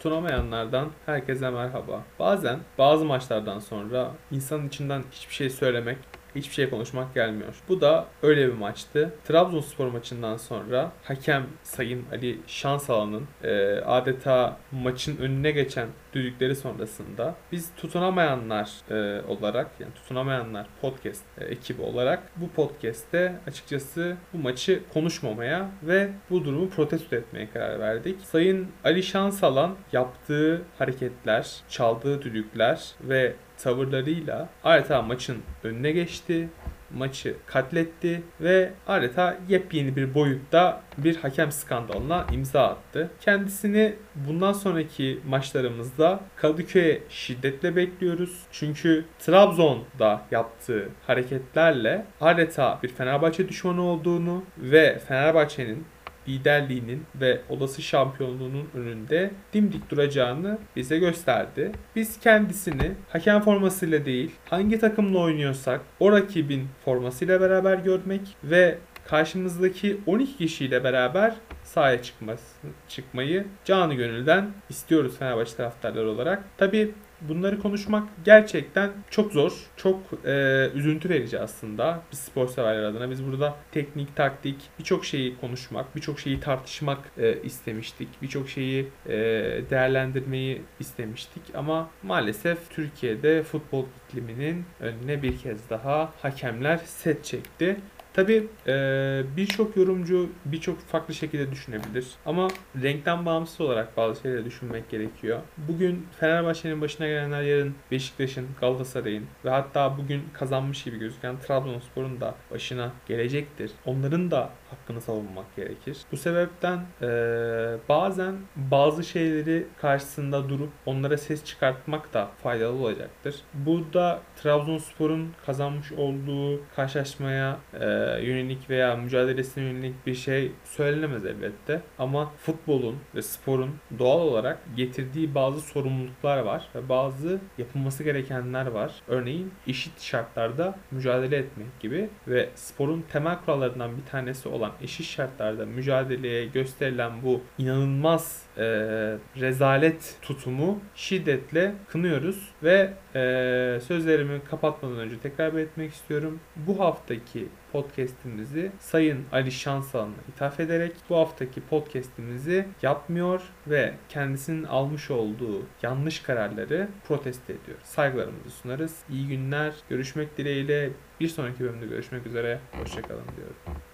Tutunamayanlardan herkese merhaba. Bazen bazı maçlardan sonra insanın içinden hiçbir şey söylemek, hiçbir şey konuşmak gelmiyor. Bu da öyle bir maçtı. Trabzonspor maçından sonra hakem Sayın Ali Şansalan'ın adeta maçın önüne geçen düdükleri sonrasında biz tutunamayanlar olarak, yani tutunamayanlar podcast ekibi olarak bu podcast'te açıkçası bu maçı konuşmamaya ve bu durumu protesto etmeye karar verdik. Sayın Ali Şansalan yaptığı hareketler, çaldığı düdükler ve tavırlarıyla adeta maçın önüne geçti. Maçı katletti ve adeta yepyeni bir boyutta bir hakem skandalına imza attı. Kendisini bundan sonraki maçlarımızda Kadıköy'e şiddetle bekliyoruz. Çünkü Trabzon'da yaptığı hareketlerle adeta bir Fenerbahçe düşmanı olduğunu ve Fenerbahçe'nin liderliğinin ve olası şampiyonluğunun önünde dimdik duracağını bize gösterdi. Biz kendisini hakem formasıyla değil, hangi takımla oynuyorsak o rakibin formasıyla beraber görmek ve karşımızdaki 12 kişiyle beraber sahaya çıkmayı canı gönülden istiyoruz Fenerbahçe taraftarları olarak. Tabii bunları konuşmak gerçekten çok zor, çok üzüntü verici aslında biz spor severler adına. Biz burada teknik, taktik, birçok şeyi konuşmak, birçok şeyi tartışmak istemiştik. Birçok şeyi değerlendirmeyi istemiştik. Ama maalesef Türkiye'de futbol ikliminin önüne bir kez daha hakemler set çekti. Tabii birçok yorumcu birçok farklı şekilde düşünebilir. Ama renkten bağımsız olarak bazı şeyleri düşünmek gerekiyor. Bugün Fenerbahçe'nin başına gelenler yarın Beşiktaş'ın, Galatasaray'ın ve hatta bugün kazanmış gibi gözüken Trabzonspor'un da başına gelecektir. Onların da hakkını savunmak gerekir. Bu sebepten bazen bazı şeyleri karşısında durup onlara ses çıkartmak da faydalı olacaktır. Burada Trabzonspor'un kazanmış olduğu karşılaşmaya yönelik veya mücadelesine yönelik bir şey söylenemez elbette. Ama futbolun ve sporun doğal olarak getirdiği bazı sorumluluklar var ve bazı yapılması gerekenler var. Örneğin eşit şartlarda mücadele etmek gibi ve sporun temel kurallarından bir tanesi olan eşit şartlarda mücadeleye gösterilen bu inanılmaz rezalet tutumu şiddetle kınıyoruz ve sözlerimi kapatmadan önce tekrar belirtmek istiyorum. Bu haftaki podcast'imizi Sayın Ali Şansalan'a ithaf ederek bu haftaki podcast'imizi yapmıyor ve kendisinin almış olduğu yanlış kararları protesto ediyor. Saygılarımızı sunarız. İyi günler. Görüşmek dileğiyle. Bir sonraki bölümde görüşmek üzere. Hoşçakalın diyorum.